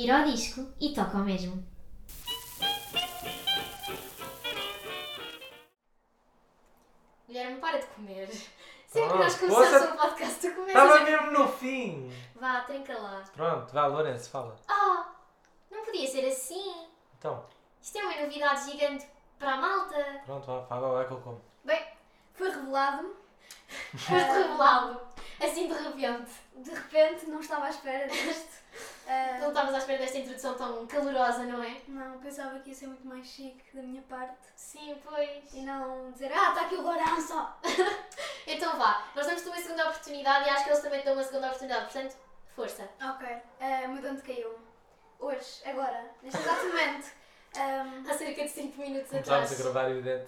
vira ao disco e toca ao mesmo. Guilherme, para de comer. Sempre que nós começamos um podcast, tu começas Estava mesmo no fim. Vá, trinca lá. Pronto, vá, Lourenço, fala. Não podia ser assim. Então, Isto é uma novidade gigante para a malta. pronto, vá, fala lá que eu como. Bem, foi revelado. Foste revelado. Assim de repente. De repente, não estava à espera disto. Não estavas à espera desta introdução tão calorosa, não é? Não, pensava que ia ser muito mais chique da minha parte. Sim, pois. E não dizer, está aqui o Lourenço. Então vá, nós damos-te uma segunda oportunidade e acho que eles também te dão uma segunda oportunidade. Portanto, força. Ok, mudando caiu. Hoje, agora, neste exato momento. Há cerca de 5 minutos Começámos atrás. a gravar o dente.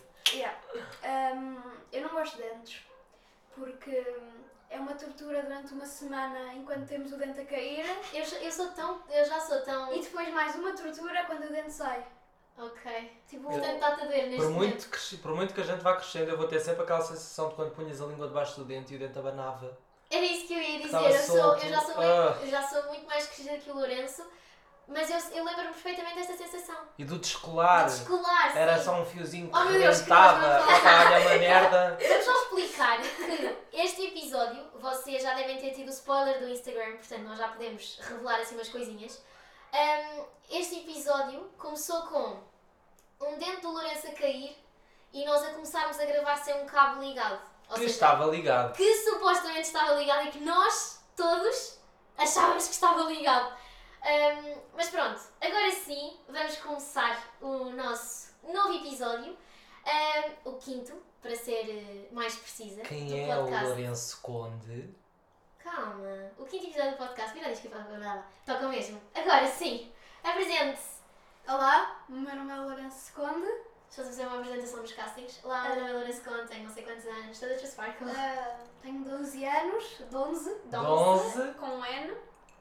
Eu não gosto de dentes. Porque é uma tortura durante uma semana enquanto temos o dente a cair. Eu já sou tão... E depois mais uma tortura quando o dente sai. Ok. Tipo, Portanto, está-te a doer neste momento. Por muito que a gente vá crescendo, eu vou ter sempre aquela sensação de quando punhas a língua debaixo do dente e o dente abanava. Era isso que eu ia dizer. Estava Eu solto. já sou muito mais crescida que o Lourenço, mas eu lembro-me perfeitamente desta sensação. E do descolar. De descolar, Era sim. só um fiozinho que Oh, meu Deus, que nós rebentava. vamos Opa, olha uma merda. Vamos só explicar que este episódio, vocês já devem ter tido o spoiler do Instagram, portanto nós já podemos revelar assim umas coisinhas. Este episódio começou com um dente do Lourenço a cair e nós a começarmos a gravar sem um cabo ligado. Ou Que seja, estava ligado. que supostamente estava ligado e que nós todos achávamos que estava ligado. Mas pronto, agora sim vamos começar o nosso novo episódio, o quinto, para ser mais precisa, do Quem é o podcast. Lourenço Conde? Calma, o quinto episódio do podcast, vira diz que toca mesmo. Agora sim, apresente-se. olá, o meu nome é Lourenço Conde. Estou a fazer uma apresentação dos castings. Olá, meu nome é Lourenço Conte, tenho não sei quantos anos, toda a Sparkle. Tenho 12 anos, 11, Donze. com um N.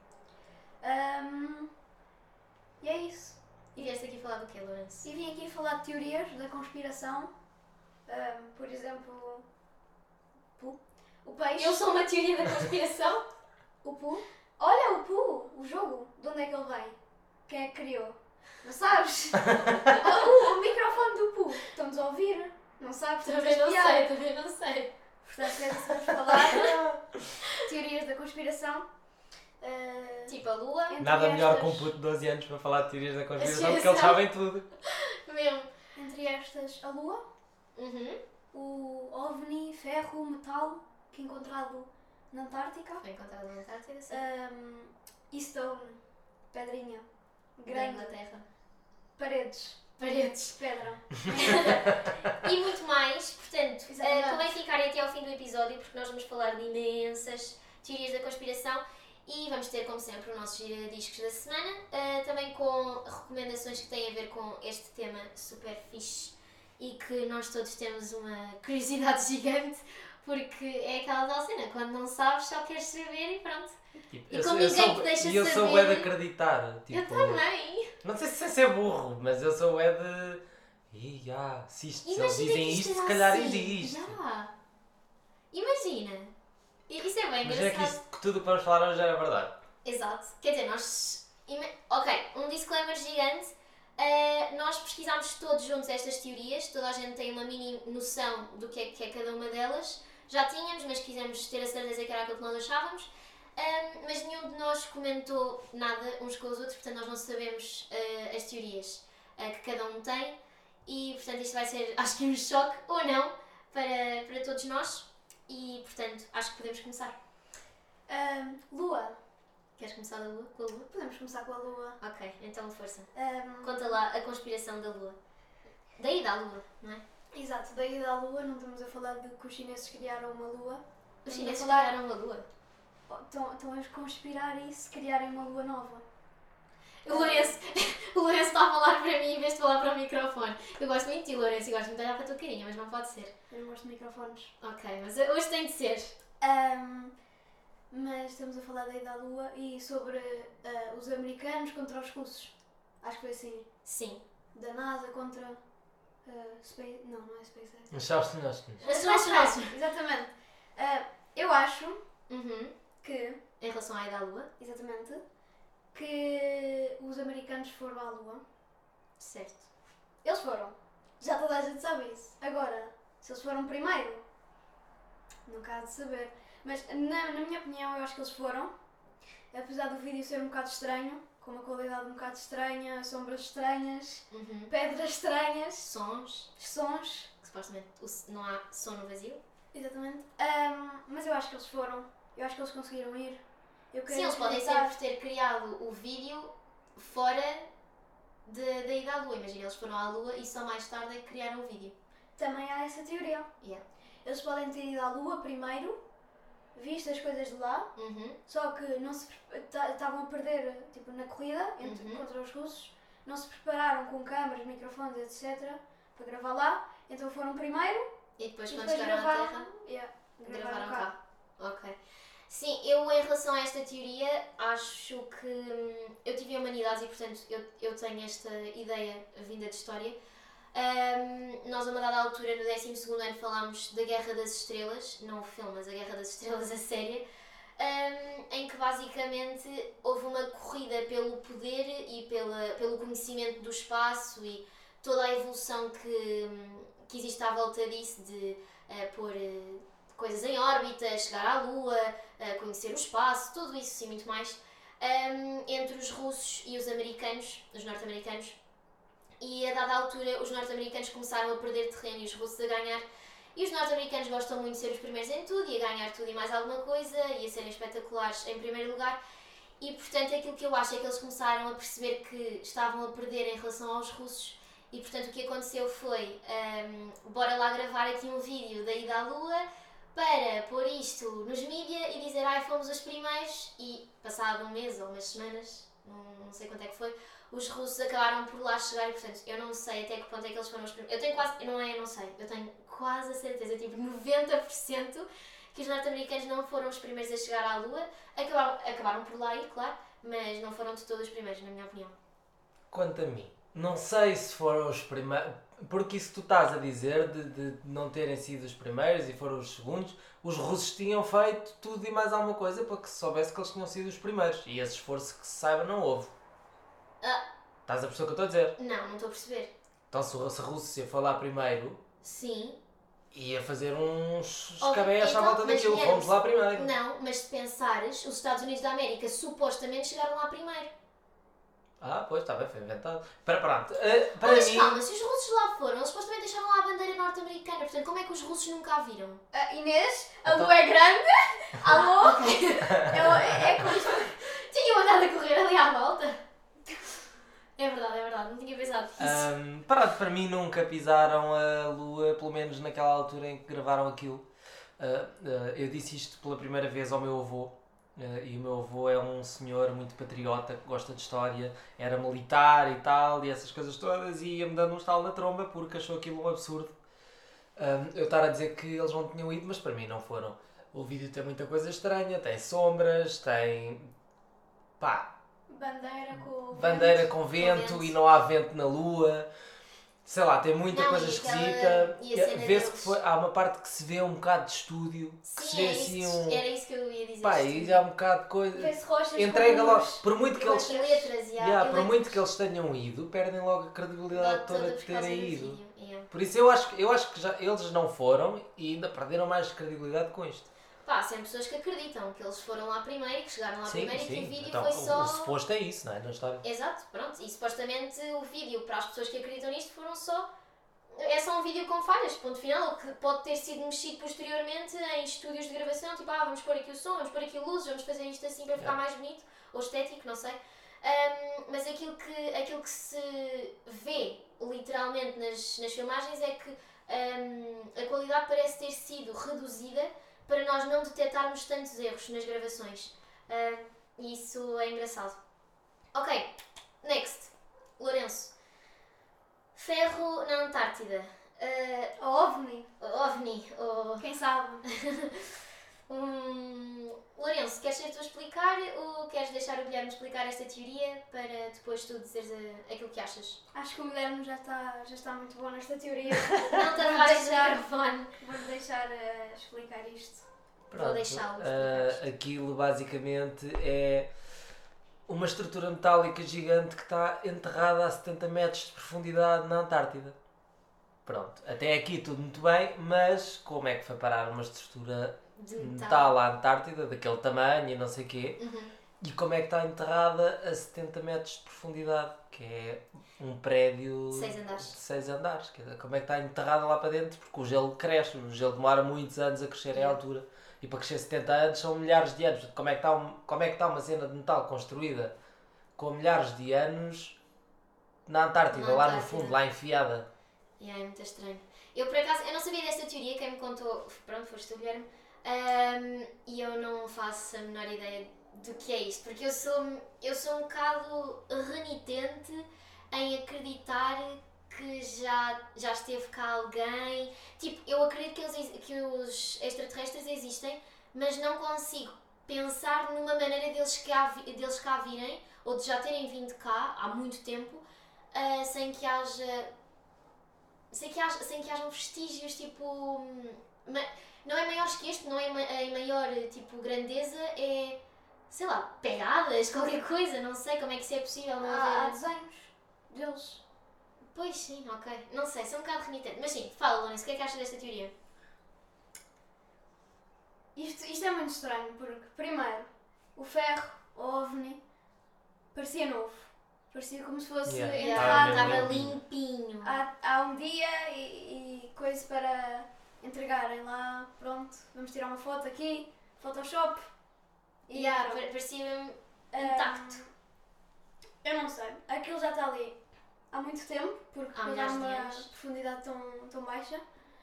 E é isso. E vieste aqui falar do quê, Lourenço? E vim aqui falar de teorias da conspiração. Por exemplo, o peixe. Eu sou uma teoria da conspiração. O Pooh. Olha o Pooh, o jogo. De onde é que ele vem? Quem é que criou? Não sabes? o microfone do Pooh. Estamos a ouvir? Não sabes? Também não sei, também não sei. Portanto, é disso que vamos falar. Teorias da conspiração. Tipo a lua. Entre Nada melhor que um estas- puto de 12 anos para falar de teorias da conspiração, Sim, porque eles sabe. sabem tudo. Mesmo. Entre estas, a Lua, Uhum. o OVNI, ferro, metal, que é encontrado na Antártica. Foi encontrado na Antártida, sim. E Stone, pedrinha, Da grande, Inglaterra. paredes, Paredes. pedra. E muito mais, portanto, Exatamente. convém ficarem até ao fim do episódio porque nós vamos falar de imensas teorias da conspiração e vamos ter, como sempre, os nossos giradiscos da semana, também com recomendações que têm a ver com este tema super fixe e que nós todos temos uma curiosidade gigante porque é aquela tal cena, quando não sabes só queres saber e pronto. Tipo, E como ninguém te deixa e eu sou saber- bué de acreditar. Tipo, Eu também. Não sei se é ser burro, mas eu sou bué de... se eles Imagina dizem que isto, era se calhar assim. existe. Já. Imagina. Isso é bem Mas é engraçado. que tudo o que vamos falar hoje é verdade. Exato. Quer dizer, nós... Ok, um disclaimer gigante. Nós pesquisámos todos juntos estas teorias. Toda a gente tem uma mini noção do que é cada uma delas. Já tínhamos, mas quisemos ter a certeza que era aquilo que nós achávamos. Mas nenhum de nós comentou nada uns com os outros, portanto nós não sabemos as teorias que cada um tem. E portanto isto vai ser, acho que um choque, ou não, para todos nós. E portanto, acho que podemos começar. Lua, Queres começar da Lua? Com a Lua? podemos começar com a Lua. Ok, então força. Ahm, Conta lá a conspiração da Lua. Da ida à Lua, não é? Exato, da ida à Lua, não estamos a falar de que os chineses criaram uma Lua. Os Estamos chineses a falar- criaram uma Lua. Estão a conspirar isso, criarem uma Lua nova. O Lourenço está a falar para mim em vez de falar para o microfone. Eu gosto muito de ti, Lourenço, e gosto muito de olhar para a tua carinha, mas não pode ser. Eu não gosto de microfones. Ok, mas hoje tem de ser. Mas estamos a falar da ida à Lua e sobre os americanos contra os russos. Acho que foi assim. Sim. Da NASA contra Space... Não, não é SpaceX. Mas sabes que nós... Mas tu achas? Exatamente. Eu acho Uhum. que, Em relação à ida à Lua. exatamente, que os americanos foram à Lua. Certo. Eles foram. Já toda a gente sabe isso. Agora, se eles foram primeiro, nunca há de saber. Mas na minha opinião eu acho que eles foram. Apesar do vídeo ser um bocado estranho, com uma qualidade um bocado estranha, sombras estranhas, pedras estranhas, Sons, sons. que supostamente não há som no vazio. Exatamente. Mas eu acho que eles foram. Eu acho que eles conseguiram ir. Eu quero Sim, eles podem acreditar. sempre ter criado o vídeo fora da ida à Lua. Imagina, eles foram à Lua e só mais tarde é que criaram o vídeo. Também há essa teoria. Yeah. Eles podem ter ido à Lua primeiro, visto as coisas de lá, só que não se estavam a perder tipo, na corrida contra os russos, não se prepararam com câmaras, microfones, etc. para gravar lá, então foram primeiro E depois, e quando depois chegaram à gravaram, Terra, gravaram gravaram cá. cá. Ok. Sim, eu em relação a esta teoria acho que eu tive humanidades e portanto eu tenho esta ideia vinda de história. Nós a uma dada altura no 12º ano falámos da Guerra das Estrelas, não o filme, mas a Guerra das Estrelas, a série, em que basicamente houve uma corrida pelo poder e pelo conhecimento do espaço e toda a evolução que existe à volta disso de pôr coisas em órbita, chegar à Lua, conhecer o espaço, tudo isso e muito mais, entre os russos e os americanos, os norte-americanos. E a dada altura os norte-americanos começaram a perder terreno e os russos a ganhar. E os norte-americanos gostam muito de ser os primeiros em tudo e a ganhar tudo e mais alguma coisa e a serem espetaculares em primeiro lugar. E portanto aquilo que eu acho é que eles começaram a perceber que estavam a perder em relação aos russos. E portanto o que aconteceu foi, bora lá gravar aqui um vídeo da ida à Lua para pôr isto nos mídia e dizer ai fomos os primeiros. E passado um mês ou umas semanas, não sei quanto é que foi, os russos acabaram por lá chegar e portanto eu não sei até que ponto é que eles foram os primeiros. Eu tenho quase, eu não sei, eu tenho quase a certeza, tipo 90% que os norte-americanos não foram os primeiros a chegar à Lua. Acabaram por lá ir, claro, mas não foram de todos os primeiros, na minha opinião. Quanto a mim, não sei se foram os primeiros, porque isso que tu estás a dizer de não terem sido os primeiros e foram os segundos, os russos tinham feito tudo e mais alguma coisa para que se soubesse que eles tinham sido os primeiros e esse esforço que se saiba não houve. Estás a perceber o que eu estou a dizer? Não estou a perceber. Então se a Rússia foi lá primeiro, Sim. ia fazer uns Ok, escabés à então, volta mas daquilo, Guilherme, fomos lá primeiro. Não, mas se pensares, os Estados Unidos da América supostamente chegaram lá primeiro. Pois, está bem, foi inventado. Pronto, para Mas mim... calma, se os russos lá foram, eles supostamente deixaram lá a bandeira norte-americana, portanto como é que os russos nunca a viram? Inês, a Então- Lua é grande. Alô? É como se Tinham andado a correr ali à volta. É verdade, não tinha pensado nisso. Para mim nunca pisaram a Lua, pelo menos naquela altura em que gravaram aquilo. Eu disse isto pela primeira vez ao meu avô, e o meu avô é um senhor muito patriota, que gosta de história, era militar e tal, e essas coisas todas, e ia-me dando um estalo na tromba porque achou aquilo um absurdo. Eu estar a dizer que eles não tinham ido, mas para mim não foram. O vídeo tem muita coisa estranha, tem sombras, tem... bandeira com vento e não há vento na Lua, sei lá, tem muita Não, coisa e aquela- esquisita. e a cena Vê-se deles. que há uma parte que se vê um bocado de estúdio, que se Sim, vê assim era isso que eu ia dizer. e há um bocado de coisa. vê-se rochas Entrega com logo, luz. por muito que eles, E letras, por muito que eles tenham ido, perdem logo a credibilidade toda de terem ido. Por isso eu acho que já, eles não foram e ainda perderam mais credibilidade com isto. Pá, sempre pessoas que acreditam que eles foram lá primeiro, que chegaram lá primeiro e que o vídeo Então, foi só... o suposto é isso, não é? Na história. Exato, pronto. E supostamente o vídeo, para as pessoas que acreditam nisto, foram só... É só um vídeo com falhas, ponto final, que pode ter sido mexido posteriormente em estúdios de gravação, tipo, vamos pôr aqui o som, vamos pôr aqui luzes, vamos fazer isto assim para ficar mais bonito, ou estético, não sei. Mas aquilo que se vê, literalmente, nas filmagens é que a qualidade parece ter sido reduzida para nós não detectarmos tantos erros nas gravações. E isso é engraçado. Ok, next. Lourenço. Ferro na Antártida. OVNI. OVNI. Quem sabe? Lourenço, queres ser tu a explicar ou queres deixar o Guilherme explicar esta teoria para depois tu dizeres aquilo que achas? Acho que o Guilherme já está muito bom nesta teoria. Não te afaste do microfone. Vou-lhe deixar explicar isto. Vou deixá-lo Aquilo basicamente é uma estrutura metálica gigante que está enterrada a 70 metros de profundidade na Antártida. Pronto, até aqui tudo muito bem, mas como é que foi parar uma estrutura De metal à Antártida, daquele tamanho e não sei o quê, Uhum. e como é que está enterrada a 70 metros de profundidade, que é um prédio 6 andares. de 6 andares. Quer dizer, como é que está enterrada lá para dentro? Porque o gelo cresce, o gelo demora muitos anos a crescer em Yeah. altura. E para crescer 70 anos são milhares de anos. Como é que está uma cena de metal construída com milhares de anos na Antártida, Na lá no Antártida. fundo, lá enfiada? Yeah, é muito estranho. Eu, por acaso, eu não sabia desta teoria, quem me contou, pronto, foste tu, Guilherme, e eu não faço a menor ideia do que é isto, porque eu sou um bocado renitente em acreditar que já esteve cá alguém. Tipo, eu acredito que os extraterrestres existem, mas não consigo pensar numa maneira deles cá virem, ou de já terem vindo cá há muito tempo, sem que hajam vestígios, tipo... Não é maiores que este, não é em maior, tipo, grandeza, é... sei lá, pegadas, qualquer coisa, não sei como é que isso é possível. Não Há haver... desenhos deles. Pois sim, ok. Não sei, sou um bocado renitente. Mas sim, fala, Lourenço, o que é que achas desta teoria? Isto é muito estranho, porque, primeiro, o ferro, o OVNI, parecia novo. Parecia como se fosse Yeah. enterrado mesmo Estava limpinho. limpinho. há um dia e coisa para entregarem lá. Pronto, vamos tirar uma foto aqui, Photoshop. E Yeah, pronto. parecia-me Ah, intacto. Eu não sei, aquilo já está ali há muito tempo, porque Há depois milhares de uma anos. profundidade tão baixa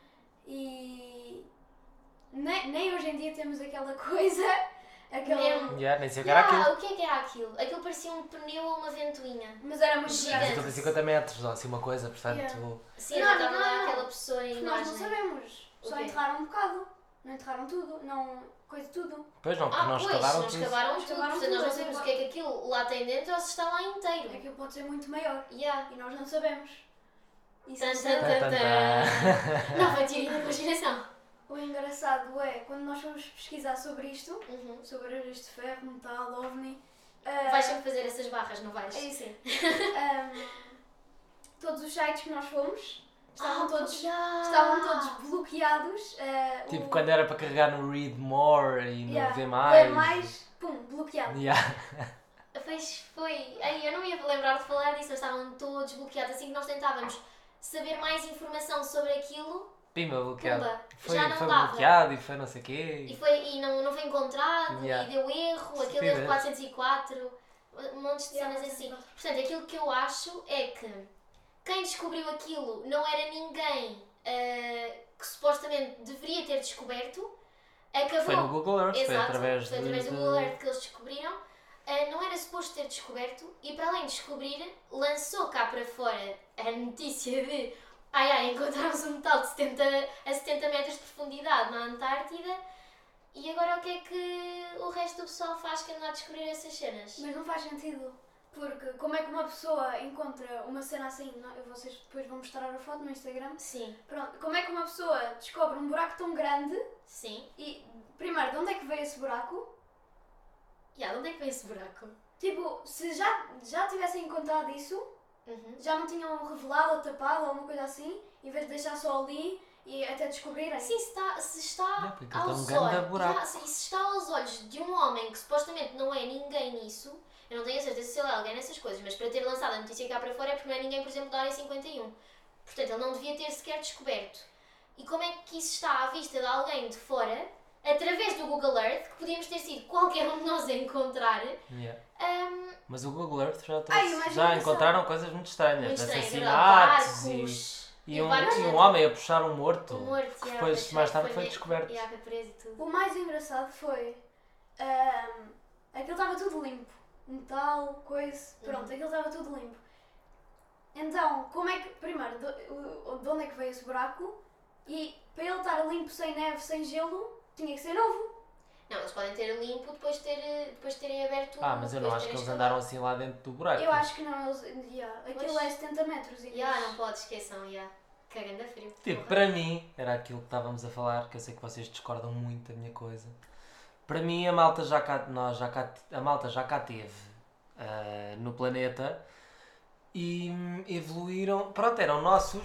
e nem hoje em dia temos aquela coisa, aquela... Mesmo. Yeah, nem sei o que era aquilo. O que era aquilo? Aquilo parecia um pneu ou uma ventoinha. Mas era muito Gigante. grande. 50, 50 metros, ou assim uma coisa, portanto... Yeah. Sim, Não, estava lá não. aquela pessoa em Porque nós imagem. não sabemos, O só quê? enterraram um bocado, não enterraram tudo, não... coisa tudo. Pois não, porque não Pois, escavaram não tudo. escavaram Não tudo, escavaram portanto nós tudo, não sabemos o que é que aquilo lá tem dentro ou se está lá inteiro. Aquilo pode ser muito maior Yeah. e nós não sabemos. Isso Tan, é tan, certo. tan, tan. Nova teoria da conspiração. O engraçado é, quando nós fomos pesquisar sobre isto, Uhum. sobre este ferro, metal, OVNI... Vais sempre fazer essas barras, não vais? É isso. Todos os sites que nós fomos estavam todos bloqueados. Tipo, quando era para carregar no Read More e no Yeah, Ver Ver Mais. mais, pum, bloqueado. Yeah. Pois foi. Ai, eu não ia lembrar de falar disso, eles estavam todos bloqueados. Assim que nós tentávamos saber mais informação sobre aquilo, Pimba, bloqueado. pumba, Foi, já não foi dava. bloqueado e foi não sei o quê. E não foi encontrado, Yeah. e deu erro, aquele Estupidez. erro 404, um monte de Yeah, cenas assim. 404. Portanto, aquilo que eu acho é que quem descobriu aquilo não era ninguém que supostamente deveria ter descoberto, acabou. Foi no Google Earth, foi Exato, através foi de... através do Google Earth que eles descobriram. Não era suposto ter descoberto e, para além de descobrir, lançou cá para fora a notícia de encontraram-se um metal de 70 metros de profundidade na Antártida. E agora o que é que o resto do pessoal faz que anda a descobrir essas cenas? Mas não faz sentido. Porque como é que uma pessoa encontra uma cena assim, vocês depois vão mostrar a foto no Instagram, Sim, pronto, como é que uma pessoa descobre um buraco tão grande sim. e, primeiro, de onde é que veio esse buraco? De onde é que vem esse buraco? Tipo, se já tivessem encontrado isso, Uhum. já não tinham revelado ou tapado ou uma coisa assim, em vez de deixar só ali e até descobrirem. Sim, se está Não, porque aquilo aos tem um grande olhos, buraco. se está aos olhos de um homem que supostamente não é ninguém nisso, eu não tenho a certeza se ele é alguém nessas coisas, mas para ter lançado a notícia cá para fora é porque não é ninguém, por exemplo, da área 51. Portanto, ele não devia ter sequer descoberto. E como é que isso está à vista de alguém de fora, através do Google Earth, que podíamos ter sido qualquer um de nós a encontrar? Yeah. hum, Mas o Google Earth já, Ai, mas já engraçado. encontraram coisas muito estranhas. muito estranho, Assassinatos barcos, e um barcos, homem a puxar um morto. um morto, que depois, mais tarde, foi descoberto. Foi preso e tudo. O mais engraçado foi. Aquilo estava tudo limpo. Metal, coisa. Pronto, aquilo estava tudo limpo. Então, como é que. Primeiro, de onde é que veio esse buraco? E para ele estar limpo, sem neve, sem gelo, tinha que ser novo. Não, eles podem ter limpo depois de terem aberto. Mas eu não depois acho de que eles terem andaram assim lá dentro do buraco. Eu acho que não, eles. Aquilo Pois. é 70 metros. E Não pode, esqueçam, cagando a frio. Tipo, Porra. para mim, era aquilo que estávamos a falar, que eu sei que vocês discordam muito da minha coisa. Para mim, a malta já cá teve no planeta e evoluíram, pronto, eram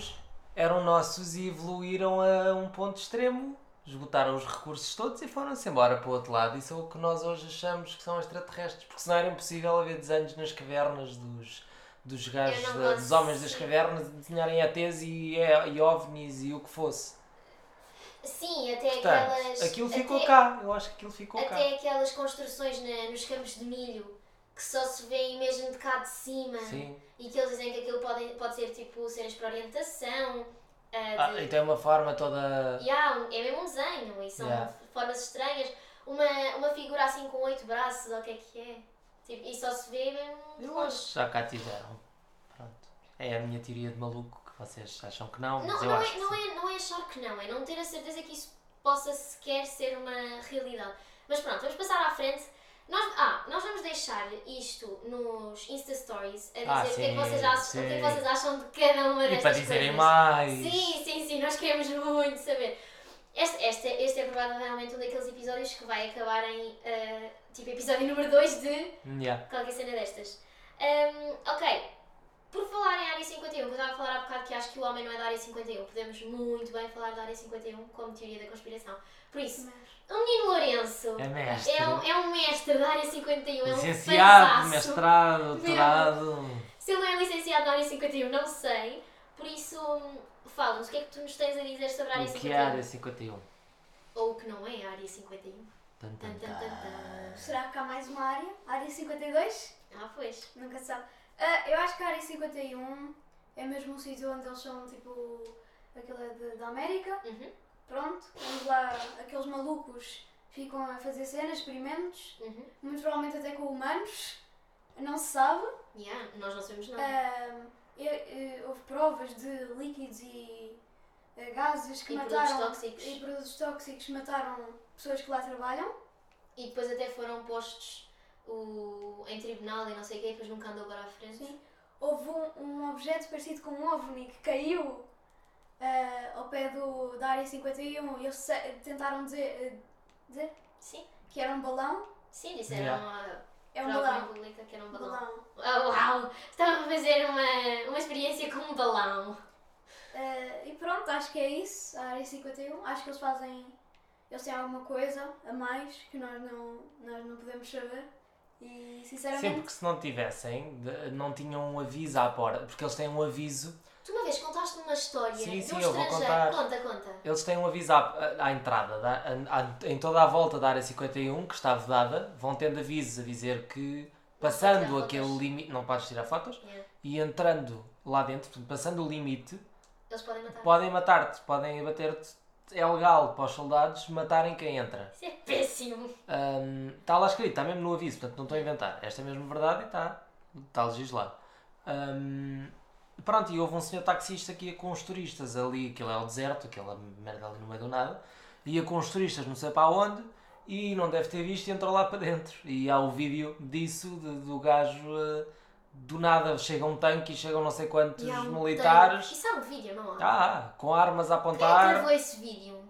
nossos e evoluíram a um ponto extremo, esgotaram os recursos todos e foram-se embora para o outro lado. E são o que nós hoje achamos que são extraterrestres, porque senão era impossível haver desenhos nas cavernas dos gajos, Eu não gosto, dos homens das sim. cavernas, de desenharem ETs e OVNIs e o que fosse. Sim, até Portanto, aquelas. aquilo ficou até, cá, eu acho que aquilo ficou cá. Até aquelas construções nos campos de milho que só se vêem mesmo de cá de cima. Sim. E que eles dizem que aquilo pode ser tipo cenas para orientação. E tem uma forma toda. É mesmo um desenho e são Yeah. formas estranhas. Uma figura assim com 8 braços, ou o que é? Tipo, e só se vê mesmo. de Eu longe. acho que já cá tiveram. Pronto. É a minha teoria de maluco, que vocês acham que não, mas Não, eu não, acho é, que não, sim. é, não é achar que não, é não ter a certeza que isso possa sequer ser uma realidade. Mas pronto, vamos passar à frente. Nós vamos deixar isto nos Insta Stories a dizer o que é que vocês acham, o que é que vocês acham de cada uma E destas para coisas. dizerem mais. Sim, nós queremos muito saber. Este é provavelmente um daqueles episódios que vai acabar em tipo episódio número 2 de Yeah. qualquer cena destas. Ok, por falar em Área 51, que eu estava a falar há bocado que acho que o homem não é da Área 51, podemos muito bem falar da Área 51 como teoria da conspiração. Por isso, o menino Lourenço É mestre. é um mestre da Área 51, é um Licenciado, fanzaço. mestrado, doutorado. Se ele não é licenciado na Área 51, não sei. Por isso, fala-nos, o que é que tu nos tens a dizer sobre a Área O que 51? é a área 51? Ou o que não é a Área 51? Tan, tan, Tan, tan, tan, tan. Será que há mais uma área? Área 52? Pois. Nunca se sabe. Eu acho que a área 51 é mesmo um sítio onde eles são tipo. Aquilo é da América. Uhum, Pronto, onde lá aqueles malucos ficam a fazer cenas, experimentos, uhum. muito provavelmente até com humanos. Não se sabe. Nós não sabemos nada. Houve provas de líquidos e gases que E mataram. produtos tóxicos. E produtos tóxicos que mataram pessoas que lá trabalham. E depois até foram postos em tribunal e não sei o quê, e depois nunca andou agora à frente. Sim. Houve um objeto parecido com um OVNI que caiu ao pé da área 51 e eles tentaram dizer Sim, que era um balão. sim, disseram Yeah. É um para a opinião balão. pública que era um balão. Balão. Uau! Estava a fazer uma experiência com um balão. E pronto, acho que é isso, a área 51. Acho que eles têm alguma coisa a mais que nós não podemos saber. E sinceramente. Sempre que se não tivessem, não tinham um aviso à porta, porque eles têm um aviso, Tu uma vez contaste uma história Sim, de um eu vou estrangeiro. contar. Conta. eles têm um aviso à entrada, em toda a volta da área 51, que está vedada, vão tendo avisos a dizer que, passando tirar aquele fotos. limite, não podes tirar fotos, Yeah. e entrando lá dentro, portanto, passando o limite, Eles podem matar. podem matar-te, podem abater-te. É legal para os soldados matarem quem entra. Isso é péssimo. Está lá escrito, está mesmo no aviso, portanto não estou a inventar. Esta é mesmo verdade e está legislado. Pronto, e houve um senhor taxista que ia com os turistas ali, aquilo é o deserto, aquela merda ali no meio do nada, ia com os turistas não sei para onde e não deve ter visto e entrou lá para dentro. E há o vídeo disso, do gajo, do nada chega um tanque e chegam não sei quantos E há um militares. tanque. Isso há um vídeo, não há? Com armas a Quem é que apontar. gravou esse vídeo?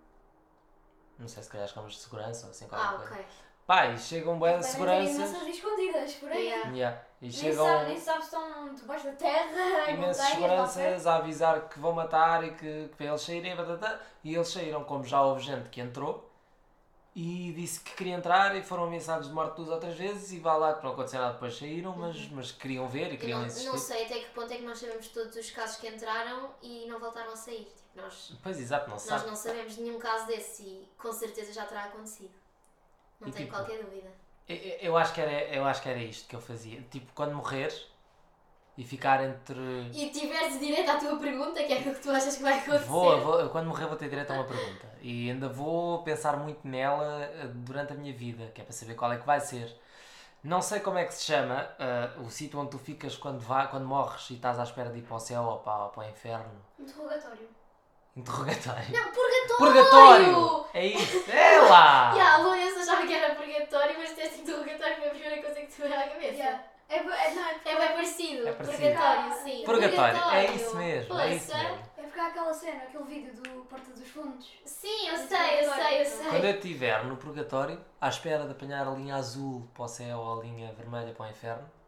Não sei se calhar as câmaras de segurança ou assim qualquer coisa. Ok. Pá, e chegam bem de Devem ter seguranças. imensas escondidas por aí. Yeah. Yeah. E Nem chegam sabe se estão debaixo da terra, em imensos montanhas, seguranças a avisar que vão matar e que para eles saírem. E eles saíram, como já houve gente que entrou e disse que queria entrar e foram ameaçados de morte 2 ou 3 vezes. E vá lá que não aconteceu nada, depois saíram, mas queriam ver e Eu queriam não insistir. sei até que ponto é que nós sabemos todos os casos que entraram e não voltaram a sair. Tipo, nós Pois, exato, não se sabe. não sabemos de nenhum caso desse e com certeza já terá acontecido. Não E tenho tipo, qualquer dúvida. Eu acho que era isto que eu fazia. Tipo, quando morreres e ficar entre. E tiveres direito à tua pergunta, que é aquilo que tu achas que vai acontecer. Eu quando morrer vou ter direito a uma pergunta e ainda vou pensar muito nela durante a minha vida, que é para saber qual é que vai ser. Não sei como é que se chama o sítio onde tu ficas quando morres e estás à espera de ir para o céu ou para o inferno. Interrogatório. Interrogatório. Não, purgatório! Purgatório! É isso! É lá! Yeah, a Lourenço achava que era purgatório, mas deste interrogatório foi a primeira coisa que te veio à cabeça. Yeah. É bem parecido. É parecido. Purgatório, sim. Purgatório, é isso mesmo, é isso Poça. mesmo. É porque há aquela cena, aquele vídeo do Porta dos Fundos. Sim, eu sei. Quando eu estiver no purgatório, à espera de apanhar a linha azul para o céu ou a linha vermelha para o inferno,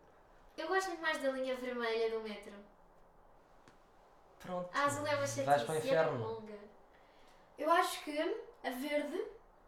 Eu gosto muito mais da linha vermelha do metro. Pronto. A azul é uma chatice. Vais para o e é inferno. longa. Eu acho que a verde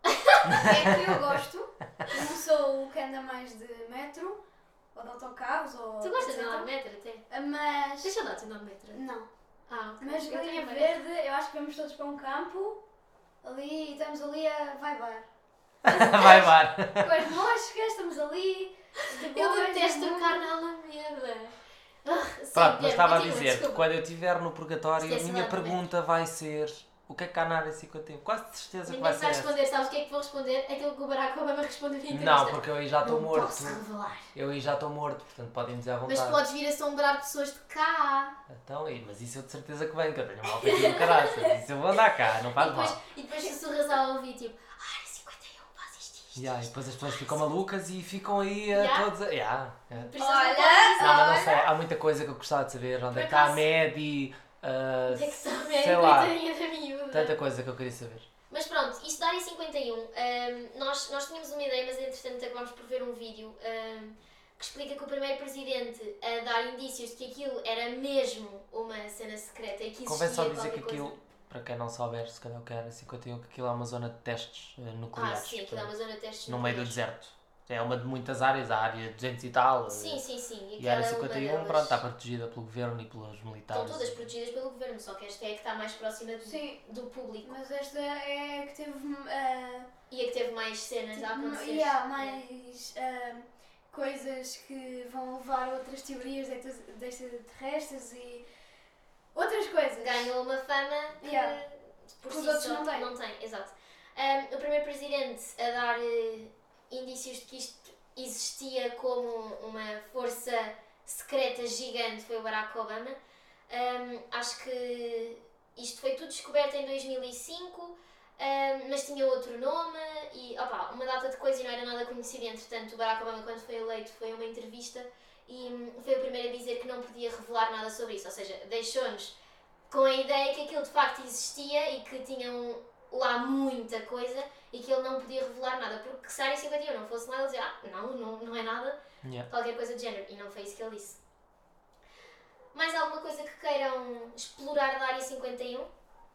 é que eu gosto. Eu não sou o que anda mais de metro ou de autocarros ou. Tu gostas de etc. andar de metro até? Mas. Tens saudades de andar de metro? Não. Ah, ok. Mas Eu linha tenho verde, eu acho que vamos todos para um campo ali e estamos ali a vaibar. Vai, bar. Com as moscas, estamos ali. de Eu boas, detesto de o boa. carro na merda. Sim, Pronto, mas Guilherme, estava a continua, dizer que desculpa. quando eu estiver no purgatório, a Esqueci minha lá de pergunta vai ser: o que é que há na área 51? Quase de certeza que Ninguém vai te ser vai essa. responder, sabes o que é que vou responder? Aquilo que o Barack Obama respondeu na entrevista. Não, porque eu aí já estou Não morto. posso revelar. Eu aí já estou morto, portanto podem dizer à Mas vontade. podes vir assombrar pessoas de cá. Então, mas isso eu de certeza que venho, que eu tenho mal feito do caraças. Isso eu vou andar cá, não faz mal. E depois sussurras ao ouvido, tipo, ai, 51, faz isto. Yeah, e depois as pessoas ficam malucas e ficam aí Yeah. todas a... Yeah. Por isso Olha, não podes dizer. Não, mas não sei, há muita coisa que eu gostava de saber. Onde é que está a acaso- Medi? Onde é que está a Mary, sei lá, coitadinha da miúda? tanta coisa que eu queria saber. Mas pronto, isto da área 51, nós tínhamos uma ideia, mas entretanto acabámos por ver um vídeo que explica que o primeiro presidente a dar indícios de que aquilo era mesmo uma cena secreta e que existia Convém só dizer que qualquer coisa. aquilo, para quem não souber, se calhar o que era 51, que aquilo é uma zona de testes nucleares. Ah, sim, aquilo é uma zona de testes no meio do nucleares. deserto. É uma de muitas áreas, a área 200 e tal. Sim, sim, sim. E aquela a área é uma 51, delas. pronto, está protegida pelo governo e pelos militares. Estão todas protegidas pelo governo, só que esta é a que está mais próxima Sim, do público mas esta é a que teve. e a que teve mais cenas a acontecer. E há mais coisas que vão levar a outras teorias extraterrestres e outras coisas. Ganhou uma fama que Yeah. por Que si os outros só não têm. Não tem, exato. O primeiro presidente a dar indícios de que isto existia como uma força secreta gigante foi o Barack Obama. Acho que isto foi tudo descoberto em 2005, mas tinha outro nome e uma data de coisa e não era nada conhecido. Entretanto, o Barack Obama, quando foi eleito, foi a uma entrevista e foi o primeiro a dizer que não podia revelar nada sobre isso, ou seja, deixou-nos com a ideia que aquilo de facto existia e que tinham lá muita coisa e que ele não podia revelar nada, porque se a área 51 não fosse lá, ele dizia, não é nada, Yeah. qualquer coisa de género, e não foi isso que ele disse. Mais alguma coisa que queiram explorar da área 51?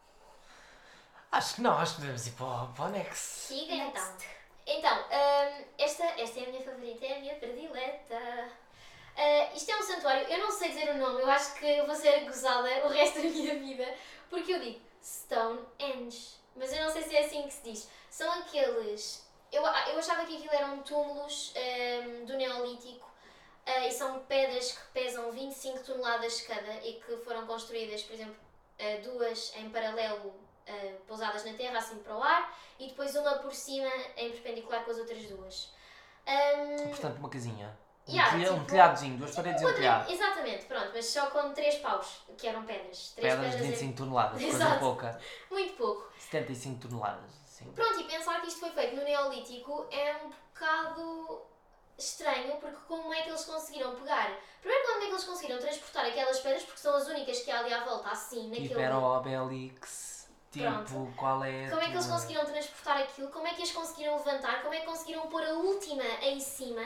Acho que não, acho que devemos ir para o Next. Siga então. Então, esta é a minha favorita, é a minha predileta. Isto é um santuário, eu não sei dizer o nome, eu acho que eu vou ser gozada o resto da minha vida, porque eu digo Stonehenge, mas eu não sei se é assim que se diz. São aqueles... Eu achava que aquilo eram túmulos do Neolítico e são pedras que pesam 25 toneladas cada e que foram construídas, por exemplo, duas em paralelo pousadas na terra, assim para o ar, e depois uma por cima em perpendicular com as outras duas. Portanto, uma casinha. Yeah, Um telhadozinho, duas paredes e um telhado. Exatamente, pronto, mas só com 3 paus, que eram pedras. 3 Pedras de 25 toneladas, coisa Exato. pouca. Muito pouco. 75 toneladas, sim. Pronto, e pensar que isto foi feito no Neolítico é um bocado estranho, porque como é que eles conseguiram pegar? Primeiro, como é que eles conseguiram transportar aquelas pedras, porque são as únicas que há ali à volta, assim, naquele... Tipo, era o Obelix, tipo, Pronto. qual é a Como é que eles tua- conseguiram transportar aquilo? Como é que as conseguiram levantar? Como é que conseguiram pôr a última em cima?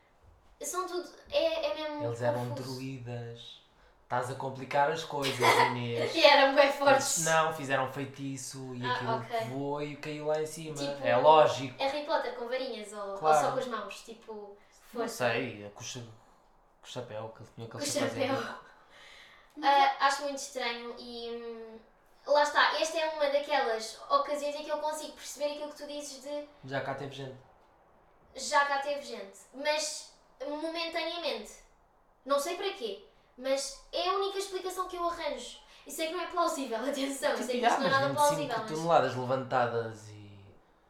São tudo... É mesmo Eles eram confuso. druidas. Estás a complicar as coisas, Inês. E eram bem fortes. Não, fizeram feitiço e Ah, aquilo ok. voou e caiu lá em cima. Tipo, É lógico. Harry Potter com varinhas ou Claro. só com as mãos? Tipo, Não força. sei, com o chapéu, que ele tinha Com aquele o chapéuzinho. chapéu. Acho muito estranho e lá está, esta é uma daquelas ocasiões em que eu consigo perceber aquilo que tu dizes de Já cá teve gente. já cá teve gente, mas momentaneamente, não sei para quê, mas é a única explicação que eu arranjo. E sei que não é plausível, atenção, eu sei que isto não é nada mas 25 plausível, mas toneladas levantadas e...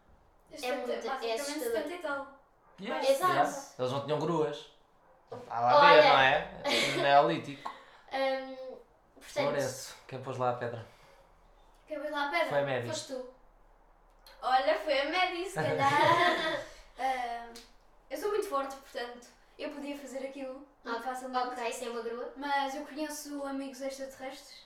É muito- é basicamente assustador. 70 e tal. Yes, Exato. yes. Eles não tinham gruas. Está lá a ver, Olha. não é? No Neolítico. Portanto, Lourenço, quem pôs lá a pedra? Quer ver lá a pedra? Foi a média. foste tu. Olha, foi a Maddie, se calhar. Eu sou muito forte, portanto, eu podia fazer aquilo muito facilmente. Ok, sem uma grua. Mas eu conheço amigos extraterrestres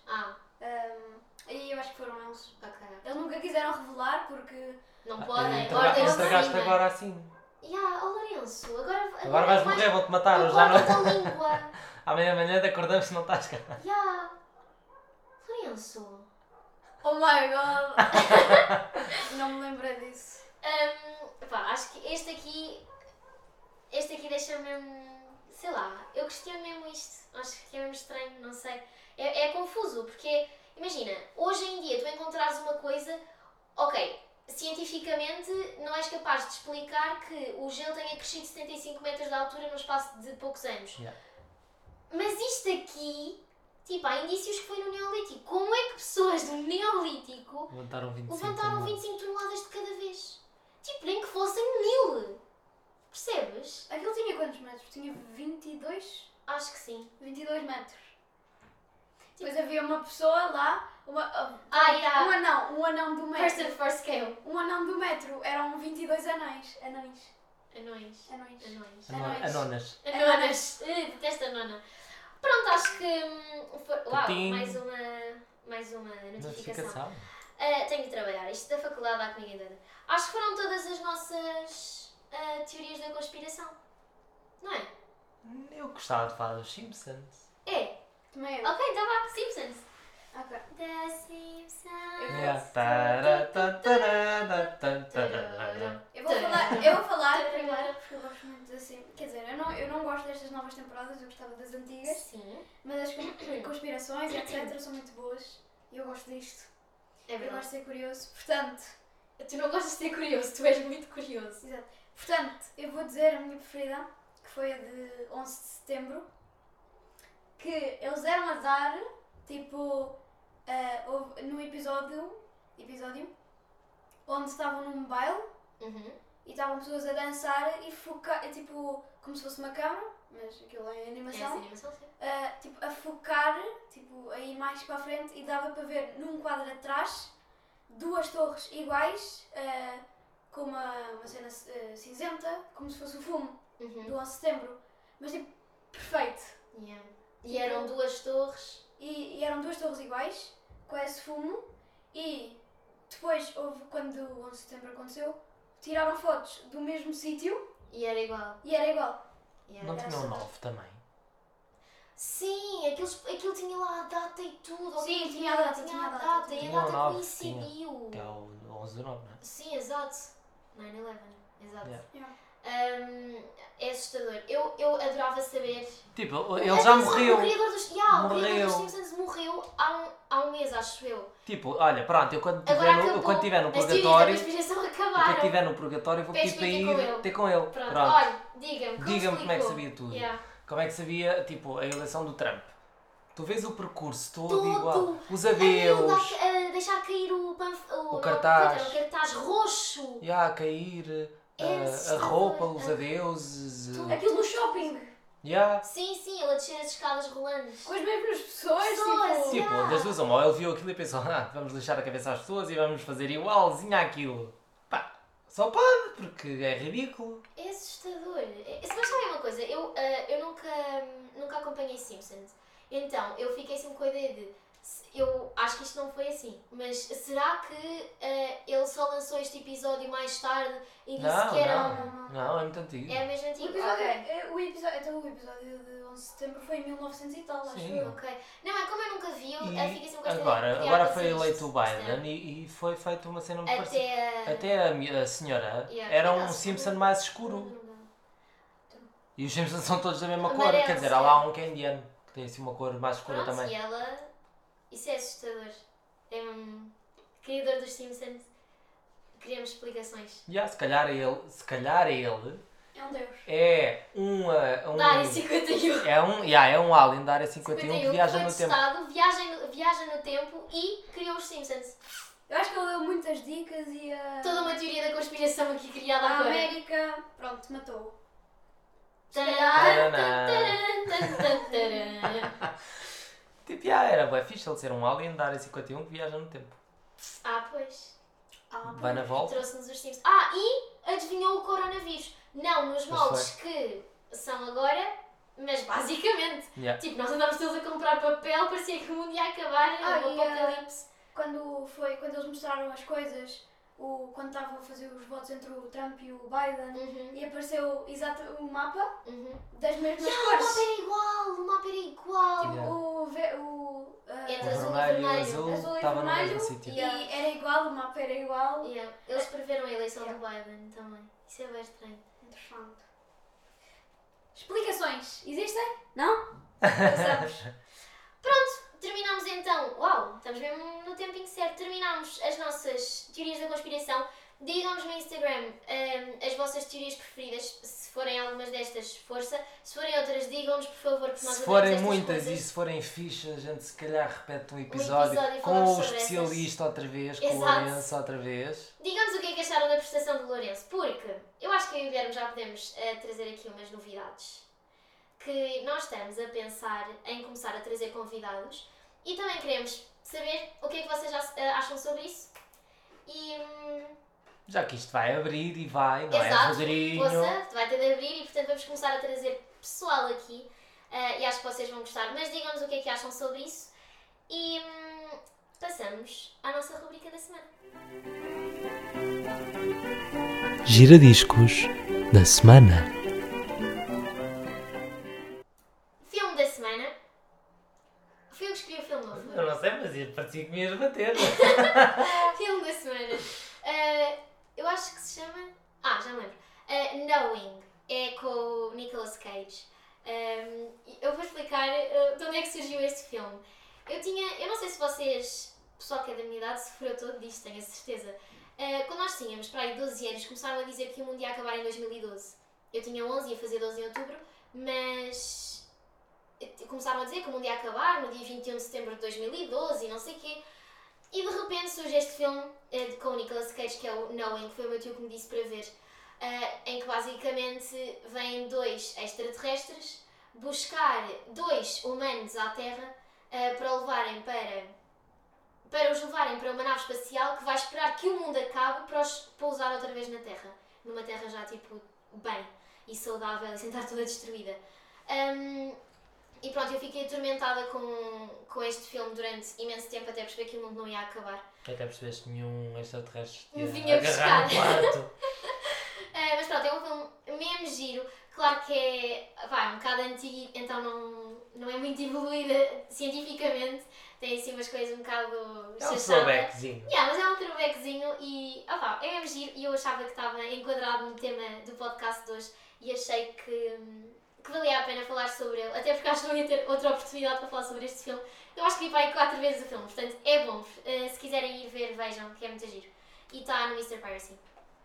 e eu acho que foram eles. Ok. Eles nunca quiseram revelar porque Não podem, Então, ordem estragaste cima. agora assim. Oh Lourenço, Agora vais morrer, vou-te matar. Eu já Acorda não... a língua. Amanhã te acordamos se não estás cá. Lourenço. Oh my god! Não me lembrei disso. Acho que este aqui deixa-me mesmo, sei lá, eu questiono mesmo isto, acho que é mesmo estranho, não sei, é confuso, porque, imagina, hoje em dia tu encontrares uma coisa, ok, cientificamente não és capaz de explicar que o gelo tenha crescido 75 metros de altura no espaço de poucos anos, mas isto aqui, tipo, há indícios que foi no Neolítico, como é que pessoas do Neolítico Levantaram 25 levantaram 25 toneladas de cada vez? Tipo, nem que fossem 1000. Percebes? Aquilo tinha quantos metros? Tinha 22? Acho que sim. 22 metros. Depois havia uma pessoa lá, um anão do metro. Person for scale. Um anão do metro, eram 22 anões. Anões. Anonas. Anonas. Detesto a nona. Pronto, acho que... Uau, Tim. mais uma notificação. Notificação. Tenho de trabalhar. Isto da faculdade dá comigo doida. Acho que foram todas as nossas teorias da conspiração. Não é? Eu gostava de falar dos Simpsons. É. Também eu. Ok, então vá. Simpsons. Ok. The Simpsons. Eu vou falar primeiro porque eu gosto muito assim. Quer dizer, eu não gosto destas novas temporadas, eu gostava das antigas. Sim. Mas as conspirações e etc. são muito boas. E eu gosto disto. É Eu gosto verdade. de ser curioso. Portanto, Tu não gostas de ser curioso, tu és muito curioso. exato. Portanto, eu vou dizer a minha preferida, que foi a de 11 de setembro. Que eles deram azar, tipo, houve num episódio onde estavam num baile e estavam pessoas a dançar e focar, tipo, como se fosse uma câmara, mas aquilo é É essa animação, animação, sim. tipo, a focar, tipo, aí mais para a frente e dava para ver num quadro atrás duas torres iguais, com uma cena cinzenta, como se fosse o fumo do 11 de setembro, mas tipo, perfeito. Yeah. E eram duas torres. E eram duas torres iguais, com esse fumo, e depois houve, quando o 11 de setembro aconteceu, tiraram fotos do mesmo sítio E era igual. e era igual. Yeah. Não Era tinham só- 9 também. Sim, aquilo tinha lá a data e tudo. Sim, ok? tinha a data, Tinha tinha a a data. data e a Tinha data o 9, coincidiu. Que é o 11 do 9, não é? Sim, exato. 9/11, exato. Yeah. Yeah. É assustador. Eu adorava saber. Tipo, ele já morreu. O criador dos, o criador Morreu. dos Simpsons morreu há um mês, acho eu. Tipo, olha, pronto, eu quando Agora acabou. estiver no As teorias da purgatório, conspiração eu acabaram. quando estiver no purgatório vou Pedes pedir para para ir ter com ir ele. ter com ele. Pronto, Pronto. olha, diga-me Diga-me como é que explicou? sabia tudo. Yeah. Como é que sabia, tipo, a eleição do Trump. Tu vês o percurso todo Tudo. igual. Os A adeus, deixar cair o cartaz. o cartaz roxo. a cair, É a assustador. roupa, os adeuses. Aquilo no shopping, Sim, ele a descer as escadas rolantes. com as mesmas pessoas, Pessoas, tipo... Tipo, Yeah. das duas uma, ou ele viu aquilo e pensou, vamos lixar a cabeça às pessoas e vamos fazer igualzinho àquilo. Pá, só pode, porque é ridículo. É assustador. Mas sabem uma coisa? Eu nunca acompanhei Simpsons. Então, eu fiquei sempre com a ideia de... Eu acho que isto não foi assim. Mas será que ele só lançou este episódio mais tarde e disse que era... Não, é muito antigo. É mesmo O antigo? episódio, Ok. então o episódio de 11 de setembro foi em 1900 e tal, acho Sim. eu. Ok. Não, é como eu nunca vi, eu E fiquei sempre com esta agora, ideia. agora Podia foi acontecer eleito o isto. Biden e foi feita uma cena muito parecida. Até... Até a senhora Yeah. era Não, um Simpson mais escuro. E os Simpsons são todos da mesma cor. Amarelo, Quer dizer, sim. há lá um que é indiano, que tem assim uma cor mais escura Pronto, também. e ela... Isso é assustador. É criador dos Simpsons. Queremos explicações. Se calhar ele É um deus. é um Da área 51. é um alien da área 51 que viaja foi no tempo. testado, viaja no tempo e criou os Simpsons. Eu acho que ele deu muitas dicas e Toda uma teoria da conspiração aqui criada a agora. América, pronto, matou. Tipo, era bué fixe ele ser um alien da área 51 que viaja no tempo. Pois. Vai na volta. Trouxe-nos os Simpsons. E adivinhou o coronavírus. Não nos Pois moldes que são agora, mas basicamente. Yeah. Tipo, nós andámos todos a comprar papel, parecia que o mundo ia acabar, era um e, apocalipse. Quando eles mostraram as coisas quando estavam a fazer os votos entre o Trump e o Biden, Uhum. e apareceu exato o mapa Uhum. das mesmas O cores. mapa era igual, o mapa era igual. Tipo, Yeah. Entre O azul e vermelho e o vermelho. azul Azul e estavam no vermelho, mesmo sítio. e era igual, o mapa era igual. Yeah. Eles preveram a eleição do Biden também. Isso é bem estranho. Interessante. Explicações existem? Não? Passamos. Terminámos então, uau, estamos mesmo no tempinho certo, terminámos as nossas teorias da conspiração. Digam-nos no Instagram as vossas teorias preferidas, se forem algumas destas, força. Se forem outras, digam-nos por favor, porque nós Se adoramos forem estas muitas coisas. e se forem fichas, a gente se calhar repete um episódio, episódio com falamos o sobre especialista outra vez, com o Exato. Lourenço outra vez. Digam-nos o que é que acharam da prestação do Lourenço, porque eu acho que eu e o Guilherme já podemos trazer aqui umas novidades. Que nós estamos a pensar em começar a trazer convidados e também queremos saber o que é que vocês acham sobre isso. E Já que isto vai abrir e vai, não é, exato, Rodriguinho? poça, vai ter de abrir e portanto vamos começar a trazer pessoal aqui e acho que vocês vão gostar. Mas digam-nos o que é que acham sobre isso e passamos à nossa rubrica da semana. Giradiscos da semana. Filme da semana. Fui eu que escolhi o filme, não foi? Eu não sei, mas parecia que me ias bater. Filme da semana. Eu acho que se chama. Já me lembro. Knowing. É com o Nicolas Cage. Eu vou explicar de onde é que surgiu este filme. Eu não sei se vocês, pessoal que é da minha idade, se for eu todo disto, tenho a certeza. Quando nós tínhamos para aí 12 anos, começaram a dizer que o mundo ia acabar em 2012. Eu tinha 11, ia fazer 12 em outubro, mas começaram a dizer que o mundo ia acabar no dia 21 de setembro de 2012 e não sei o quê. E de repente surge este filme com o Nicolas Cage, que é o Knowing, que foi o meu tio que me disse para ver, em que basicamente vêm dois extraterrestres buscar dois humanos à Terra para os levarem para uma nave espacial que vai esperar que o mundo acabe para os pousar outra vez na Terra. Numa Terra já tipo bem e saudável e sem estar toda destruída. E pronto, eu fiquei atormentada com este filme durante imenso tempo até perceber que o mundo não ia acabar. Até percebeste que nenhum extraterrestre Me ia vinha agarrar no buscar. quarto. Mas pronto, é um filme mesmo giro. Claro que é um bocado antigo, então não é muito evoluída cientificamente. Tem assim umas coisas um bocado É um chachadas. throwbackzinho. Mas é um throwbackzinho e é mesmo giro. E eu achava que estava enquadrado no tema do podcast de hoje e achei que valia a pena falar sobre ele, até porque acho que não ia ter outra oportunidade para falar sobre este filme. Eu acho que vi para aí 4 vezes o filme, portanto é bom. Se quiserem ir ver, vejam, que é muito giro. E está no Mr. Piracy.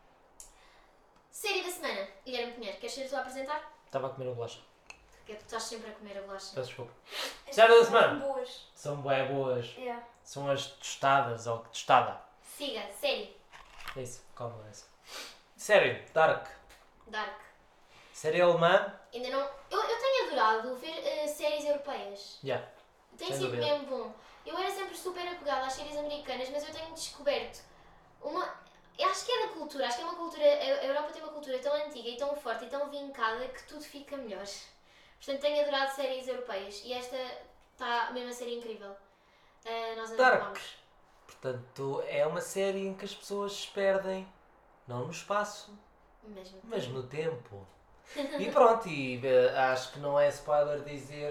Série da semana, Guilherme Pinheiro, queres ser tu a apresentar? Estava a comer um bolacha. Porque tu estás sempre a comer a bolacha. Peço desculpa. Série da semana. Boas. São bué boas. Yeah. São as tostadas, ou tostada. Siga, série. É isso, calma essa. Série, Dark. Dark. Série alemã. Ainda não... Eu tenho adorado ver séries europeias. Já. Tem Sem sido dúvida. mesmo bom. Eu era sempre super apegada às séries americanas, mas eu tenho descoberto eu acho que é da cultura, acho que é uma cultura. A Europa tem uma cultura tão antiga e tão forte e tão vincada que tudo fica melhor. Portanto, tenho adorado séries europeias e esta está mesmo a ser incrível. Nós ainda Dark. falamos. Portanto, é uma série em que as pessoas se perdem, não no espaço, Mesmo. mas no tempo. E pronto, acho que não é spoiler dizer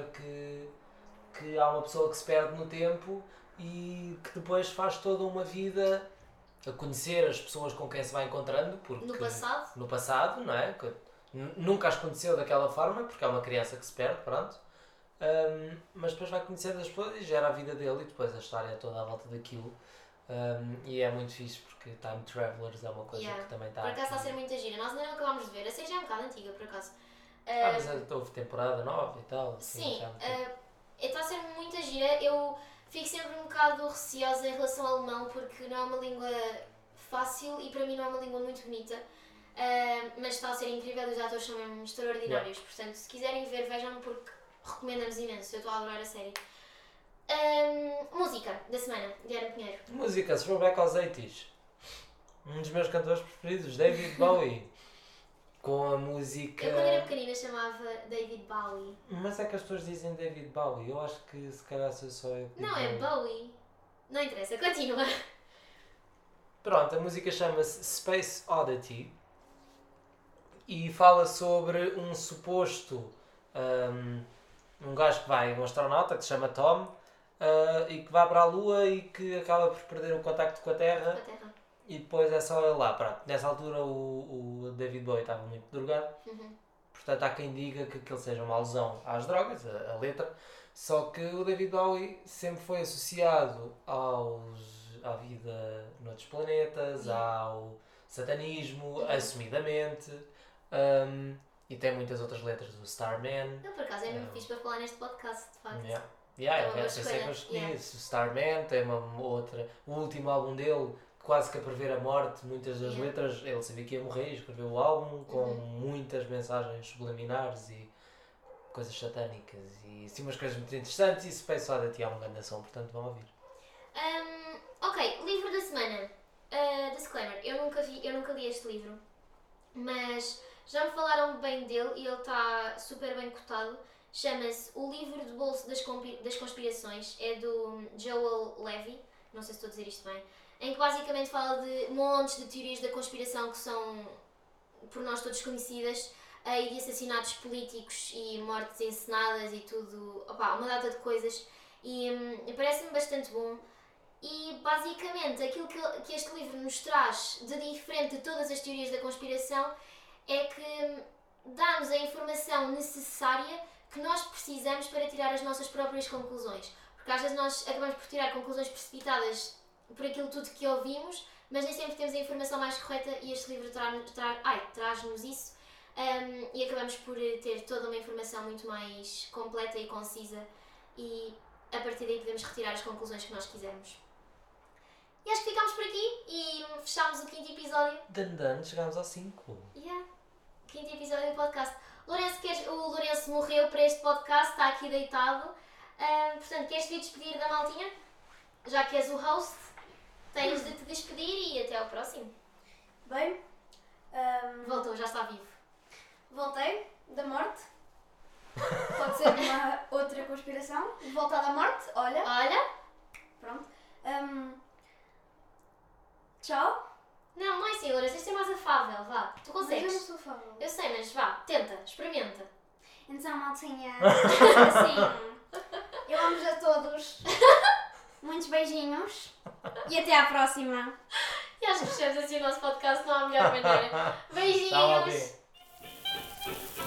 que há uma pessoa que se perde no tempo e que depois faz toda uma vida a conhecer as pessoas com quem se vai encontrando. Porque No passado? No passado, não é? Que nunca as conheceu daquela forma, porque é uma criança que se perde, pronto. Mas depois vai conhecendo as pessoas e gera a vida dele e depois a história é toda à volta daquilo. E é muito fixe porque Time Travelers é uma coisa Yeah. que também está Por acaso está a aqui. ser muito gira. Nós ainda não acabámos de ver. A série já é um bocado antiga, por acaso. Mas houve temporada nova e tal. assim, Sim, já há muito tempo. está a ser muito gira. Eu fico sempre um bocado receosa em relação ao alemão porque não é uma língua fácil e para mim não é uma língua muito bonita. Mas está a ser incrível e os atores são mesmo extraordinários. Portanto, se quiserem ver, vejam porque recomendamos imenso. Eu estou a adorar a série. Música da semana, Guilherme Pinheiro. Música, throwback aos 80s. Um dos meus cantores preferidos, David Bowie. Com a música... Eu quando era pequenina chamava David Bowie. Mas é que as pessoas dizem David Bowie. Eu acho que se calhar sou só eu que digo Não, é Bowie. Bowie. Não interessa, continua. Pronto, a música chama-se Space Oddity e fala sobre um suposto um gajo que vai, um astronauta que se chama Tom e que vai para a Lua e que acaba por perder o contacto com a Terra. Com a Terra. E depois é só ele lá, pronto. Nessa altura o David Bowie estava muito drogado, portanto há quem diga que aquilo seja uma alusão às drogas, a letra, só que o David Bowie sempre foi associado à vida noutros planetas, ao satanismo, assumidamente, e tem muitas outras letras do Starman. Eu, por acaso, é mesmo fixe para falar neste podcast, de facto. Yeah, uma boa pensei que eu escolha, escolhi yeah. isso. O Starman tem uma outra. O último álbum dele, quase que a prever a morte, muitas das letras, ele sabia que ia morrer e escreveu o álbum com muitas mensagens subliminares e coisas satânicas e assim umas coisas muito interessantes. E Space Oddity é uma grande ação, portanto vão ouvir. Ok, livro da semana. Disclaimer, eu nunca li este livro, mas já me falaram bem dele e ele está super bem cotado. Chama-se O Livro de Bolso das Conspirações, é do Joel Levy, não sei se estou a dizer isto bem, em que basicamente fala de montes de teorias da conspiração que são por nós todos conhecidas e de assassinatos políticos e mortes encenadas e tudo, uma data de coisas e parece-me bastante bom. E basicamente aquilo que este livro nos traz de diferente de todas as teorias da conspiração é que dá-nos a informação necessária que nós precisamos para tirar as nossas próprias conclusões. Porque às vezes nós acabamos por tirar conclusões precipitadas por aquilo tudo que ouvimos, mas nem sempre temos a informação mais correta e este livro traz-nos isso e acabamos por ter toda uma informação muito mais completa e concisa e a partir daí podemos retirar as conclusões que nós quisermos. E acho que ficámos por aqui e fechámos o 5º episódio. Chegámos ao 5. Yeah. 5º episódio do podcast. O Lourenço morreu para este podcast, está aqui deitado. Portanto, queres te despedir da maltinha? Já que és o host, tens de te despedir e até ao próximo. Bem, Voltou, já está vivo. voltei da morte. Pode ser uma outra conspiração. Voltar da morte, olha. Olha. Pronto. Tchau. Não é assim, Lourenço, isto é mais afável, vá. Tu Mas consegues. eu não sou fável. Eu sei, mas vá, tenta, experimenta. Então, maltinha, assim, eu amo-vos a todos. Muitos beijinhos. E até à próxima. E acho que fechamos assim o nosso podcast, não há melhor maneira. Beijinhos! Tchau,